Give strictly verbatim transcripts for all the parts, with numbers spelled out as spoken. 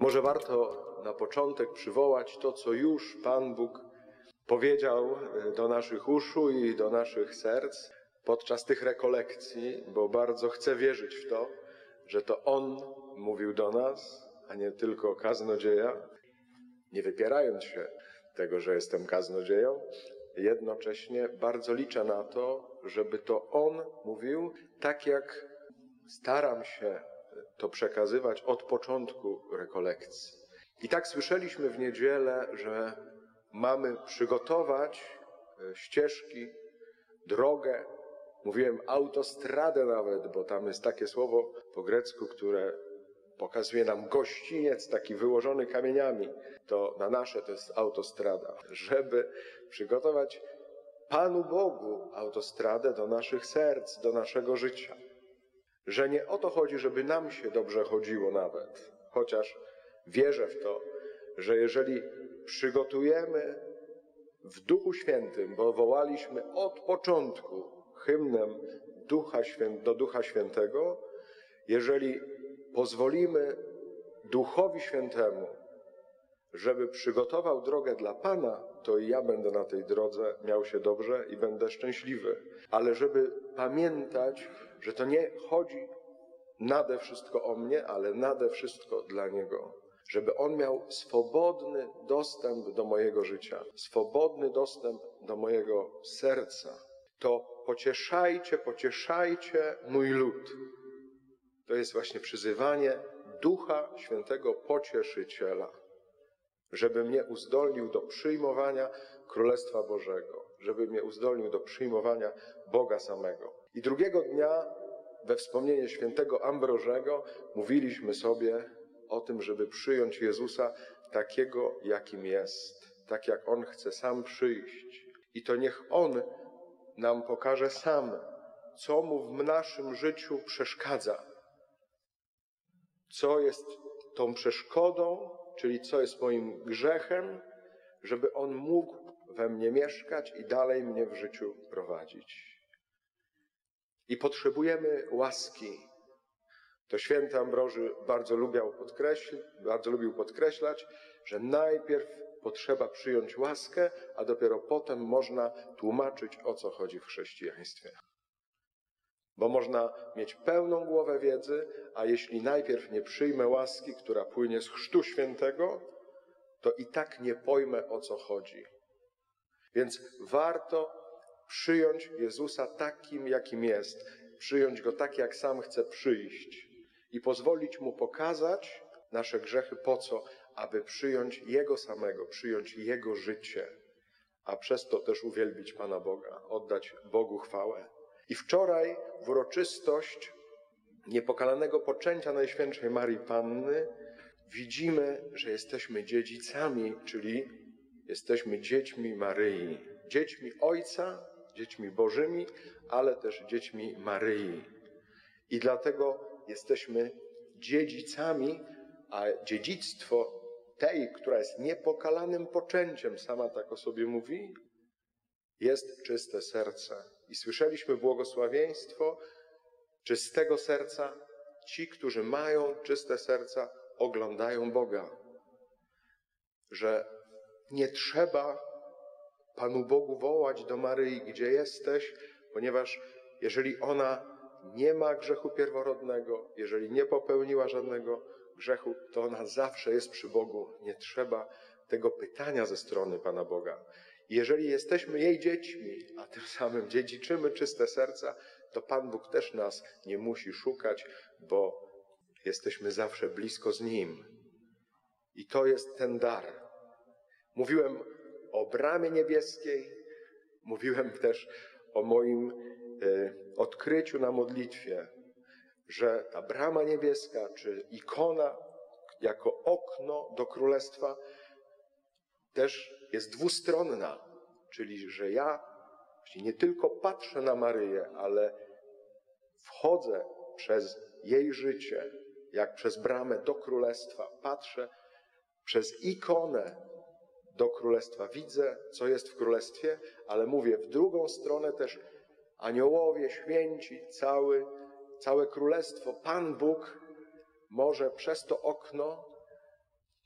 Może warto na początek przywołać to, co już Pan Bóg powiedział do naszych uszu i do naszych serc podczas tych rekolekcji, bo bardzo chcę wierzyć w to, że to On mówił do nas, a nie tylko kaznodzieja, nie wypierając się tego, że jestem kaznodzieją. Jednocześnie bardzo liczę na to, żeby to On mówił, tak jak staram się to przekazywać od początku rekolekcji. I tak słyszeliśmy w niedzielę, że mamy przygotować ścieżki, drogę, mówiłem autostradę nawet, bo tam jest takie słowo po grecku, które pokazuje nam gościniec taki wyłożony kamieniami. To na nasze to jest autostrada, żeby przygotować Panu Bogu autostradę do naszych serc, do naszego życia. Że nie o to chodzi, żeby nam się dobrze chodziło nawet, chociaż wierzę w to, że jeżeli przygotujemy w Duchu Świętym, bo wołaliśmy od początku hymnem Ducha Świę... do Ducha Świętego, jeżeli pozwolimy Duchowi Świętemu, żeby przygotował drogę dla Pana, to i ja będę na tej drodze miał się dobrze i będę szczęśliwy. Ale żeby pamiętać, że to nie chodzi nade wszystko o mnie, ale nade wszystko dla Niego. Żeby On miał swobodny dostęp do mojego życia, swobodny dostęp do mojego serca. To pocieszajcie, pocieszajcie mój lud. To jest właśnie przyzywanie Ducha Świętego Pocieszyciela, żeby mnie uzdolnił do przyjmowania Królestwa Bożego, żeby mnie uzdolnił do przyjmowania Boga samego. I drugiego dnia we wspomnienie świętego Ambrożego mówiliśmy sobie o tym, żeby przyjąć Jezusa takiego, jakim jest, tak jak On chce sam przyjść. I to niech On nam pokaże sam, co Mu w naszym życiu przeszkadza. Co jest tą przeszkodą, czyli co jest moim grzechem, żeby On mógł we mnie mieszkać i dalej mnie w życiu prowadzić. I potrzebujemy łaski. To święty Ambroży bardzo lubiał podkreślić, bardzo lubił podkreślać, że najpierw potrzeba przyjąć łaskę, a dopiero potem można tłumaczyć, o co chodzi w chrześcijaństwie. Bo można mieć pełną głowę wiedzy, a jeśli najpierw nie przyjmę łaski, która płynie z Chrztu Świętego, to i tak nie pojmę, o co chodzi. Więc warto przyjąć Jezusa takim, jakim jest. Przyjąć Go tak, jak sam chce przyjść. I pozwolić Mu pokazać nasze grzechy po co? Aby przyjąć Jego samego, przyjąć Jego życie. A przez to też uwielbić Pana Boga, oddać Bogu chwałę. I wczoraj w uroczystość niepokalanego poczęcia Najświętszej Marii Panny widzimy, że jesteśmy dziedzicami, czyli jesteśmy dziećmi Maryi. Dziećmi Ojca, dziećmi Bożymi, ale też dziećmi Maryi. I dlatego jesteśmy dziedzicami, a dziedzictwo tej, która jest niepokalanym poczęciem, sama tak o sobie mówi, jest czyste serce. I słyszeliśmy błogosławieństwo czystego serca. Ci, którzy mają czyste serca, oglądają Boga. Że nie trzeba Panu Bogu wołać do Maryi, gdzie jesteś, ponieważ jeżeli ona nie ma grzechu pierworodnego, jeżeli nie popełniła żadnego grzechu, to ona zawsze jest przy Bogu. Nie trzeba tego pytania ze strony Pana Boga. Jeżeli jesteśmy jej dziećmi, a tym samym dziedziczymy czyste serca, to Pan Bóg też nas nie musi szukać, bo jesteśmy zawsze blisko z Nim. I to jest ten dar. Mówiłem o bramie niebieskiej, mówiłem też o moim y, odkryciu na modlitwie, że ta brama niebieska, czy ikona jako okno do Królestwa też jest dwustronna, czyli że ja nie tylko patrzę na Maryję, ale wchodzę przez jej życie, jak przez bramę do Królestwa, patrzę przez ikonę do Królestwa. Widzę, co jest w Królestwie, ale mówię w drugą stronę też aniołowie, święci, cały, całe Królestwo, Pan Bóg może przez to okno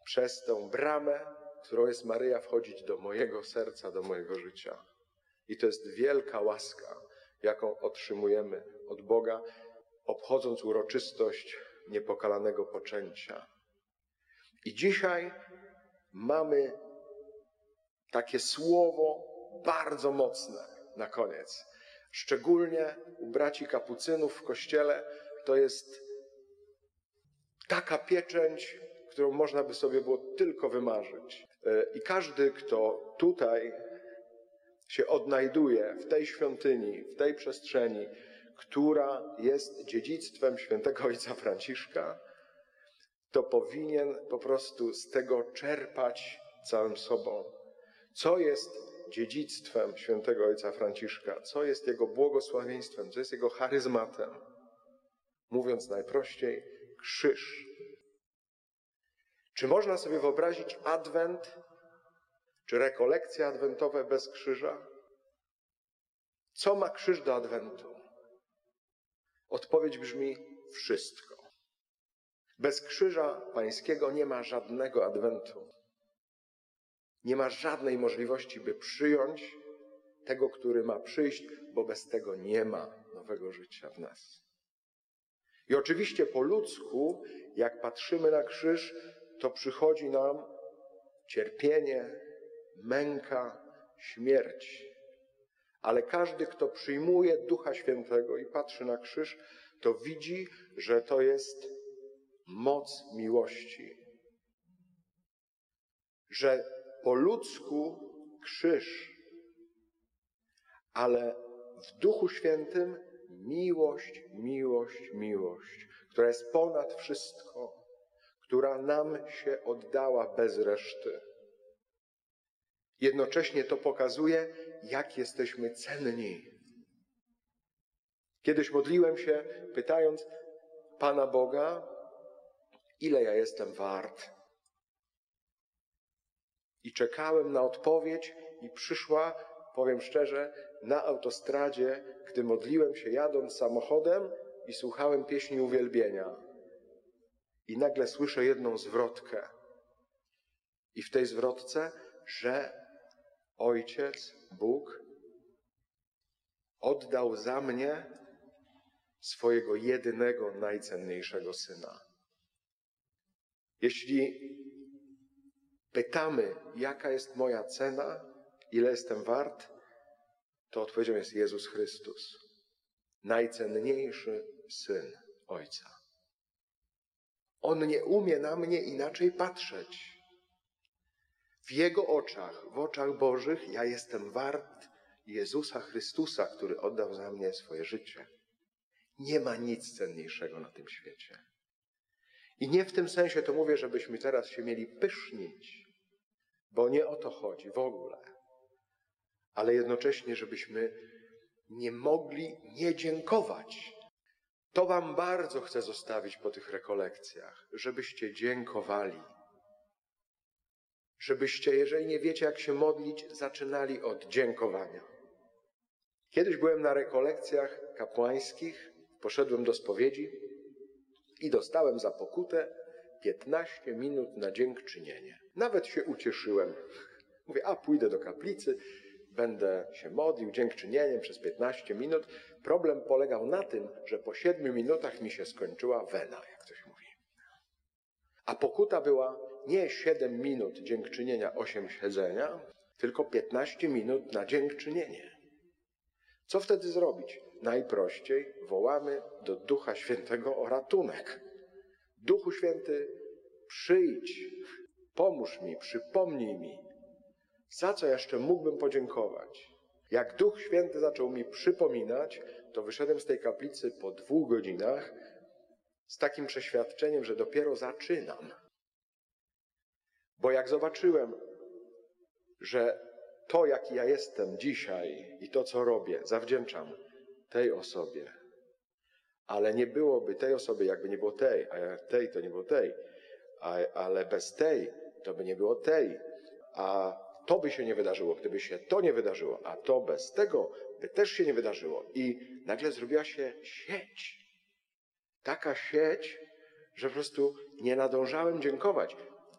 przez tę bramę, którą jest Maryja, wchodzić do mojego serca, do mojego życia. I to jest wielka łaska, jaką otrzymujemy od Boga, obchodząc uroczystość niepokalanego poczęcia. I dzisiaj mamy takie słowo bardzo mocne na koniec. Szczególnie u braci kapucynów w kościele to jest taka pieczęć, którą można by sobie było tylko wymarzyć. I każdy, kto tutaj się odnajduje w tej świątyni, w tej przestrzeni, która jest dziedzictwem świętego ojca Franciszka, to powinien po prostu z tego czerpać całym sobą. Co jest dziedzictwem świętego ojca Franciszka? Co jest jego błogosławieństwem? Co jest jego charyzmatem? Mówiąc najprościej, krzyż. Czy można sobie wyobrazić adwent, czy rekolekcje adwentowe bez krzyża? Co ma krzyż do adwentu? Odpowiedź brzmi wszystko. Bez krzyża pańskiego nie ma żadnego adwentu. Nie ma żadnej możliwości, by przyjąć tego, który ma przyjść, bo bez tego nie ma nowego życia w nas. I oczywiście po ludzku, jak patrzymy na krzyż, to przychodzi nam cierpienie, męka, śmierć. Ale każdy, kto przyjmuje Ducha Świętego i patrzy na krzyż, to widzi, że to jest moc miłości. Że po ludzku krzyż, ale w Duchu Świętym miłość, miłość, miłość, która jest ponad wszystko, która nam się oddała bez reszty. Jednocześnie to pokazuje, jak jesteśmy cenni. Kiedyś modliłem się, pytając Pana Boga, ile ja jestem wart. I czekałem na odpowiedź i przyszła, powiem szczerze, na autostradzie, gdy modliłem się jadąc samochodem i słuchałem pieśni uwielbienia. I nagle słyszę jedną zwrotkę. I w tej zwrotce, że Ojciec, Bóg, oddał za mnie swojego jedynego, najcenniejszego Syna. Jeśli pytamy, jaka jest moja cena, ile jestem wart, to odpowiedzią jest Jezus Chrystus. Najcenniejszy Syn Ojca. On nie umie na mnie inaczej patrzeć. W Jego oczach, w oczach Bożych, ja jestem wart Jezusa Chrystusa, który oddał za mnie swoje życie. Nie ma nic cenniejszego na tym świecie. I nie w tym sensie to mówię, żebyśmy teraz się mieli pysznić, bo nie o to chodzi w ogóle. Ale jednocześnie, żebyśmy nie mogli nie dziękować. To wam bardzo chcę zostawić po tych rekolekcjach, żebyście dziękowali. Żebyście, jeżeli nie wiecie, jak się modlić, zaczynali od dziękowania. Kiedyś byłem na rekolekcjach kapłańskich, poszedłem do spowiedzi i dostałem za pokutę piętnaście minut na dziękczynienie. Nawet się ucieszyłem. Mówię, a pójdę do kaplicy, będę się modlił dziękczynieniem przez piętnaście minut. Problem polegał na tym, że po siedmiu minutach mi się skończyła wena, jak to się mówi. A pokuta była nie siedem minut dziękczynienia, osiem siedzenia, tylko piętnaście minut na dziękczynienie. Co wtedy zrobić? Najprościej wołamy do Ducha Świętego o ratunek. Duchu Święty, przyjdź, pomóż mi, przypomnij mi, za co jeszcze mógłbym podziękować. Jak Duch Święty zaczął mi przypominać, to wyszedłem z tej kaplicy po dwóch godzinach z takim przeświadczeniem, że dopiero zaczynam. Bo jak zobaczyłem, że to, jaki ja jestem dzisiaj i to, co robię, zawdzięczam tej osobie, ale nie byłoby tej osoby, jakby nie było tej, a tej to nie było tej, a, ale bez tej to by nie było tej, a to by się nie wydarzyło, gdyby się to nie wydarzyło, a to bez tego by też się nie wydarzyło. I nagle zrobiła się sieć. Taka sieć, że po prostu nie nadążałem dziękować.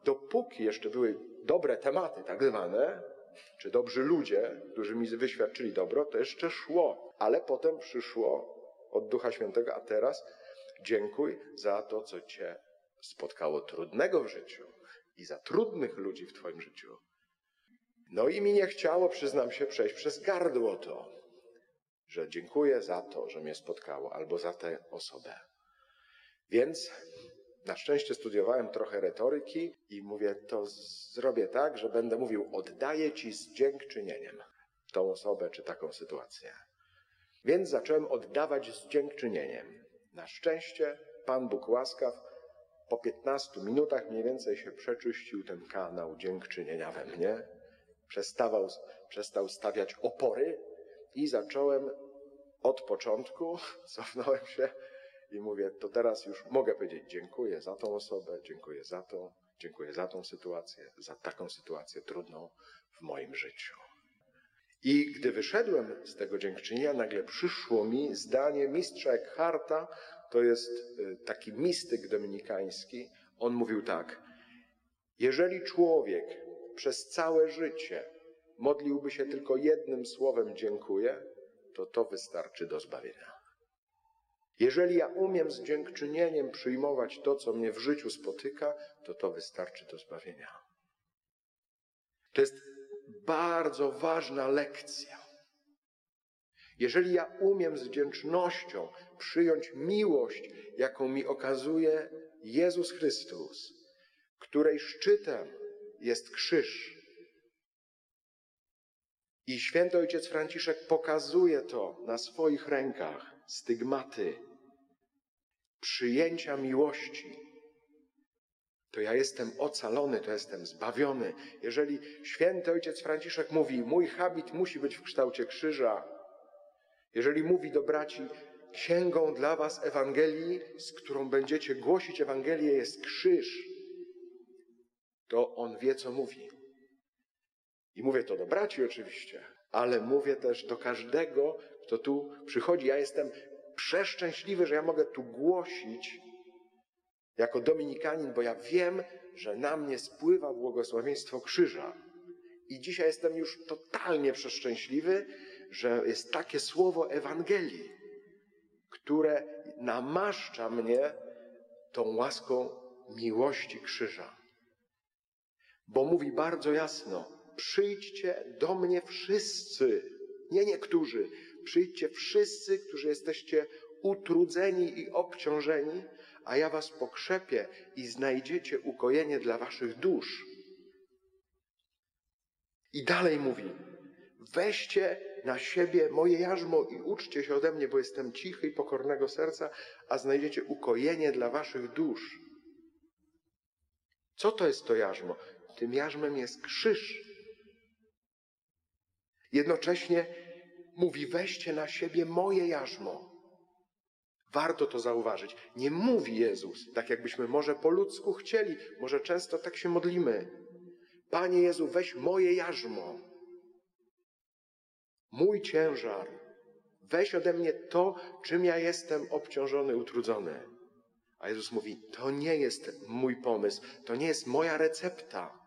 dopóki jeszcze były dobre tematy, tak zwane, czy dobrzy ludzie, którzy mi wyświadczyli dobro, to jeszcze szło. Ale potem przyszło od Ducha Świętego, a teraz dziękuj za to, co cię spotkało trudnego w życiu i za trudnych ludzi w twoim życiu. No i mi nie chciało, przyznam się, przejść przez gardło to, że dziękuję za to, że mnie spotkało, albo za tę osobę. Więc na szczęście studiowałem trochę retoryki i mówię, to zrobię tak, że będę mówił, oddaję ci z dziękczynieniem tą osobę czy taką sytuację. Więc zacząłem oddawać z dziękczynieniem. Na szczęście Pan Bóg łaskaw, po piętnastu minutach mniej więcej się przeczyścił ten kanał dziękczynienia we mnie. Przestawał, przestał stawiać opory i zacząłem od początku, cofnąłem się i mówię, to teraz już mogę powiedzieć dziękuję za tą osobę, dziękuję za to, dziękuję za tą sytuację, za taką sytuację trudną w moim życiu. I gdy wyszedłem z tego dziękczynienia, nagle przyszło mi zdanie mistrza Eckharta, to jest taki mistyk dominikański. On mówił tak, jeżeli człowiek przez całe życie modliłby się tylko jednym słowem dziękuję, to to wystarczy do zbawienia. Jeżeli ja umiem z dziękczynieniem przyjmować to, co mnie w życiu spotyka, to to wystarczy do zbawienia. To jest bardzo ważna lekcja. Jeżeli ja umiem z wdzięcznością przyjąć miłość, jaką mi okazuje Jezus Chrystus, której szczytem jest krzyż. I święty ojciec Franciszek pokazuje to na swoich rękach, stygmaty przyjęcia miłości. To ja jestem ocalony, to jestem zbawiony. Jeżeli święty ojciec Franciszek mówi, mój habit musi być w kształcie krzyża, jeżeli mówi do braci, księgą dla was Ewangelii, z którą będziecie głosić Ewangelię, jest krzyż, to on wie, co mówi. I mówię to do braci oczywiście, ale mówię też do każdego, kto tu przychodzi. Ja jestem przeszczęśliwy, że ja mogę tu głosić jako dominikanin, bo ja wiem, że na mnie spływa błogosławieństwo krzyża. I dzisiaj jestem już totalnie przeszczęśliwy, że jest takie słowo Ewangelii, które namaszcza mnie tą łaską miłości krzyża. Bo mówi bardzo jasno, przyjdźcie do mnie wszyscy, nie niektórzy, przyjdźcie wszyscy, którzy jesteście utrudzeni i obciążeni, a ja was pokrzepię i znajdziecie ukojenie dla waszych dusz. I dalej mówi, weźcie na siebie moje jarzmo i uczcie się ode mnie, bo jestem cichy i pokornego serca, a znajdziecie ukojenie dla waszych dusz. Co to jest to jarzmo? Tym jarzmem jest krzyż. Jednocześnie mówi, weźcie na siebie moje jarzmo. Warto to zauważyć. Nie mówi Jezus, tak jakbyśmy może po ludzku chcieli, może często tak się modlimy. Panie Jezu, weź moje jarzmo, mój ciężar. Weź ode mnie to, czym ja jestem obciążony, utrudzony. A Jezus mówi, to nie jest mój pomysł, to nie jest moja recepta.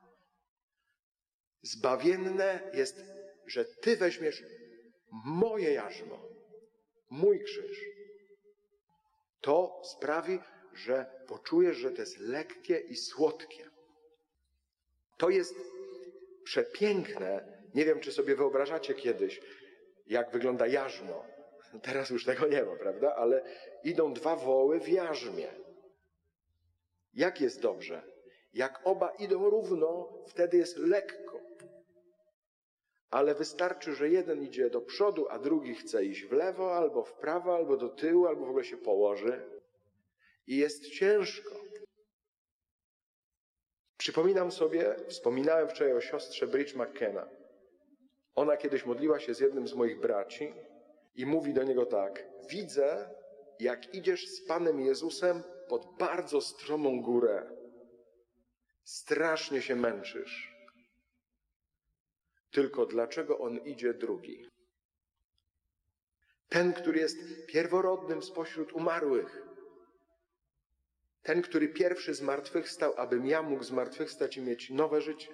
Zbawienne jest, że Ty weźmiesz moje jarzmo, mój krzyż. To sprawi, że poczujesz, że to jest lekkie i słodkie. To jest przepiękne. Nie wiem, czy sobie wyobrażacie kiedyś, jak wygląda jarzmo. Teraz już tego nie ma, prawda? Ale idą dwa woły w jarzmie. Jak jest dobrze? Jak oba idą równo, wtedy jest lekko. Ale wystarczy, że jeden idzie do przodu, a drugi chce iść w lewo, albo w prawo, albo do tyłu, albo w ogóle się położy. I jest ciężko. Przypominam sobie, wspominałem wczoraj o siostrze Bridge McKenna. Ona kiedyś modliła się z jednym z moich braci i mówi do niego tak. Widzę, jak idziesz z Panem Jezusem pod bardzo stromą górę. Strasznie się męczysz. Tylko dlaczego on idzie drugi? Ten, który jest pierworodnym spośród umarłych. Ten, który pierwszy zmartwychwstał, abym ja mógł zmartwychwstać i mieć nowe życie.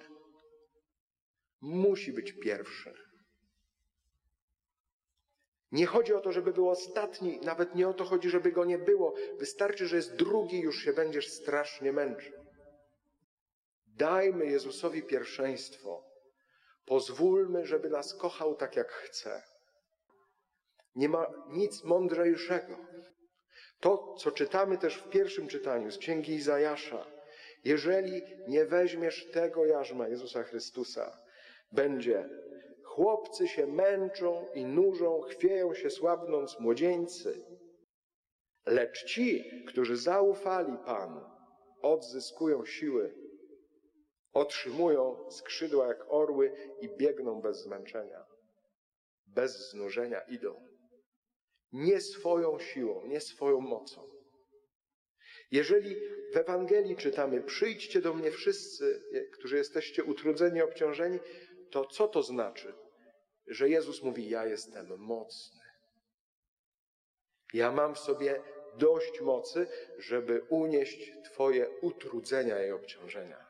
Musi być pierwszy. Nie chodzi o to, żeby był ostatni, nawet nie o to chodzi, żeby go nie było. Wystarczy, że jest drugi, już się będziesz strasznie męczył. Dajmy Jezusowi pierwszeństwo. Pozwólmy, żeby nas kochał tak, jak chce. Nie ma nic mądrzejszego. To, co czytamy też w pierwszym czytaniu z Księgi Izajasza. Jeżeli nie weźmiesz tego jarzma Jezusa Chrystusa, będzie: chłopcy się męczą i nużą, chwieją się słabnąc młodzieńcy. Lecz ci, którzy zaufali Panu, odzyskują siły, otrzymują skrzydła jak orły i biegną bez zmęczenia. Bez znużenia idą. Nie swoją siłą, nie swoją mocą. Jeżeli w Ewangelii czytamy: przyjdźcie do mnie wszyscy, którzy jesteście utrudzeni, obciążeni, to co to znaczy? Że Jezus mówi: ja jestem mocny. Ja mam w sobie dość mocy, żeby unieść twoje utrudzenia i obciążenia.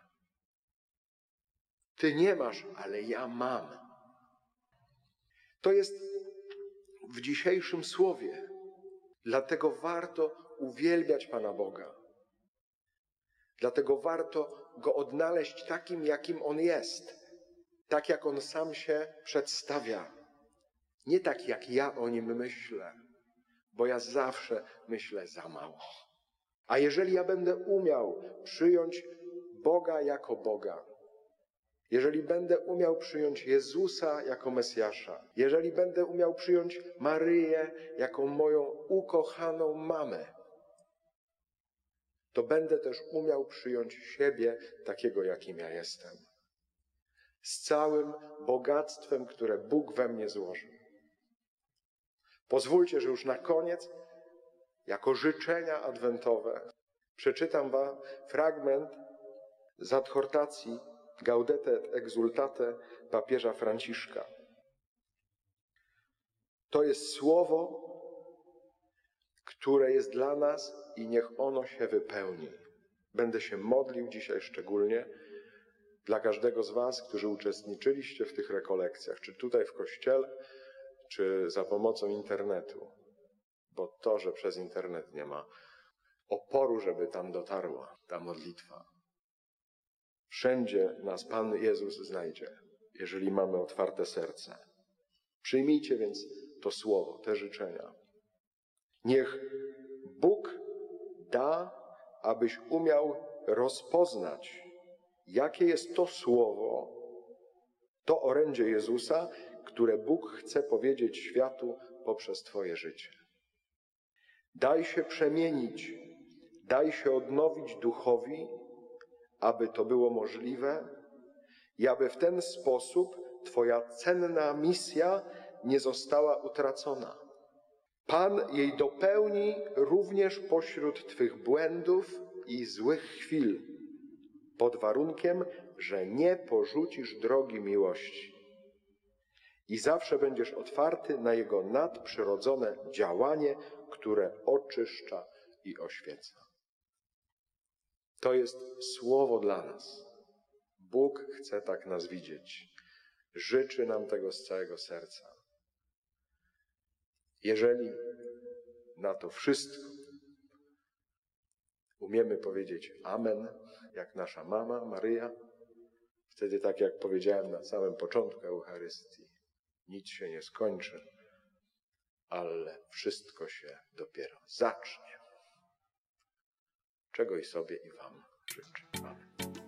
Ty nie masz, ale ja mam. To jest w dzisiejszym słowie. Dlatego warto uwielbiać Pana Boga. Dlatego warto Go odnaleźć takim, jakim On jest. Tak, jak On sam się przedstawia. Nie tak, jak ja o Nim myślę. Bo ja zawsze myślę za mało. A jeżeli ja będę umiał przyjąć Boga jako Boga, jeżeli będę umiał przyjąć Jezusa jako Mesjasza, jeżeli będę umiał przyjąć Maryję jako moją ukochaną mamę, to będę też umiał przyjąć siebie takiego, jakim ja jestem. Z całym bogactwem, które Bóg we mnie złożył. Pozwólcie, że już na koniec, jako życzenia adwentowe, przeczytam wam fragment z adhortacji Gaudete et Exsultate papieża Franciszka. To jest słowo, które jest dla nas i niech ono się wypełni. Będę się modlił dzisiaj szczególnie dla każdego z was, którzy uczestniczyliście w tych rekolekcjach, czy tutaj w kościele, czy za pomocą internetu. Bo to, że przez internet nie ma oporu, żeby tam dotarła ta modlitwa. Wszędzie nas Pan Jezus znajdzie, jeżeli mamy otwarte serce. Przyjmijcie więc to słowo, te życzenia. Niech Bóg da, abyś umiał rozpoznać, jakie jest to słowo, to orędzie Jezusa, które Bóg chce powiedzieć światu poprzez twoje życie. Daj się przemienić, daj się odnowić duchowi, aby to było możliwe i aby w ten sposób twoja cenna misja nie została utracona. Pan jej dopełni również pośród twych błędów i złych chwil, pod warunkiem, że nie porzucisz drogi miłości i zawsze będziesz otwarty na Jego nadprzyrodzone działanie, które oczyszcza i oświeca. To jest słowo dla nas. Bóg chce tak nas widzieć. Życzy nam tego z całego serca. Jeżeli na to wszystko umiemy powiedzieć amen, jak nasza mama Maryja, wtedy, tak jak powiedziałem na samym początku Eucharystii, nic się nie skończy, ale wszystko się dopiero zacznie. Czego i sobie, i wam życzę. Amen.